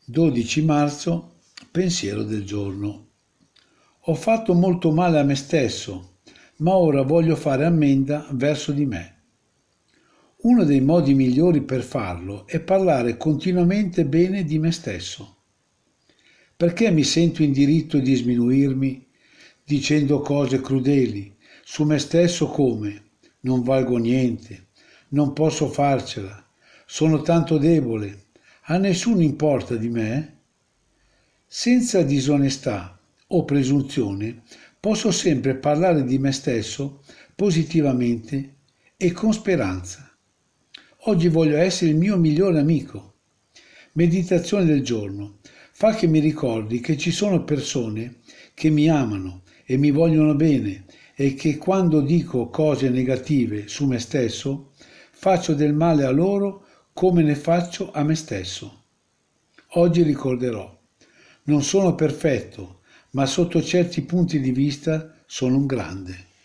12 marzo, pensiero del giorno. Ho fatto molto male a me stesso, ma ora voglio fare ammenda verso di me. Uno dei modi migliori per farlo è parlare continuamente bene di me stesso. Perché mi sento in diritto di sminuirmi dicendo cose crudeli su me stesso come non valgo niente, non posso farcela, sono tanto debole, a nessuno importa di me? Senza disonestà o presunzione posso sempre parlare di me stesso positivamente e con speranza. Oggi voglio essere il mio migliore amico. Meditazione del giorno. Fa che mi ricordi che ci sono persone che mi amano e mi vogliono bene e che quando dico cose negative su me stesso faccio del male a loro come ne faccio a me stesso. Oggi ricorderò, non sono perfetto, ma sotto certi punti di vista sono un grande.